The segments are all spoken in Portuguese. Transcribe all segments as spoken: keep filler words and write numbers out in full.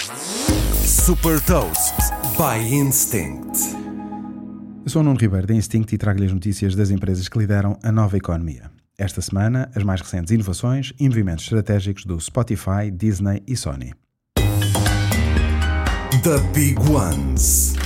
Super Toast by Instinct. Eu sou o Nuno Ribeiro da Instinct e trago-lhe as notícias das empresas que lideram a nova economia. Esta semana, as mais recentes inovações e movimentos estratégicos do Spotify, Disney e Sony. The Big Ones.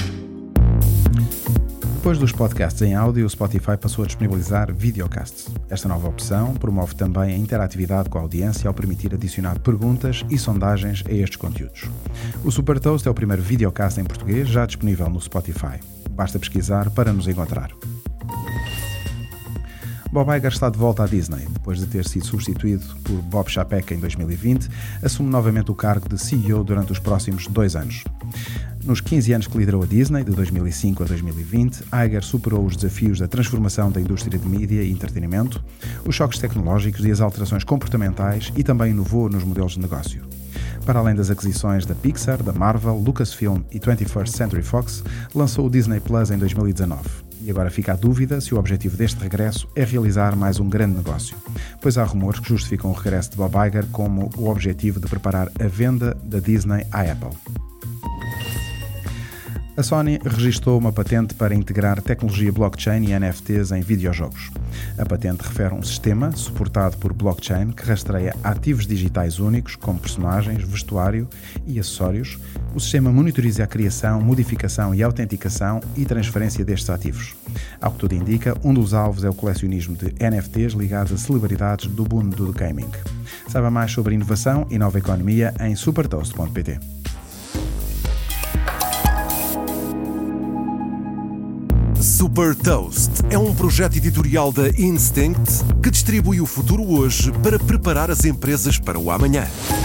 Depois dos podcasts em áudio, o Spotify passou a disponibilizar videocasts. Esta nova opção promove também a interatividade com a audiência ao permitir adicionar perguntas e sondagens a estes conteúdos. O Super Toast é o primeiro videocast em português já disponível no Spotify. Basta pesquisar para nos encontrar. Bob Iger está de volta à Disney. Depois de ter sido substituído por Bob Chapek em dois mil e vinte, assume novamente o cargo de C E O durante os próximos dois anos. Nos quinze anos que liderou a Disney, de dois mil e cinco a dois mil e vinte, Iger superou os desafios da transformação da indústria de mídia e entretenimento, os choques tecnológicos e as alterações comportamentais e também inovou nos modelos de negócio. Para além das aquisições da Pixar, da Marvel, Lucasfilm e twenty-first Century Fox, lançou o Disney Plus em dois mil e dezanove. E agora fica a dúvida se o objetivo deste regresso é realizar mais um grande negócio, pois há rumores que justificam o regresso de Bob Iger como o objetivo de preparar a venda da Disney à Apple. A Sony registrou uma patente para integrar tecnologia blockchain e N F Ts em videojogos. A patente refere a um sistema suportado por blockchain que rastreia ativos digitais únicos, como personagens, vestuário e acessórios. O sistema monitoriza a criação, modificação e autenticação e transferência destes ativos. Ao que tudo indica, um dos alvos é o colecionismo de N F Ts ligados a celebridades do mundo do gaming. Saiba mais sobre inovação e nova economia em supertoast ponto pt. Super Toast é um projeto editorial da Instinct que distribui o futuro hoje para preparar as empresas para o amanhã.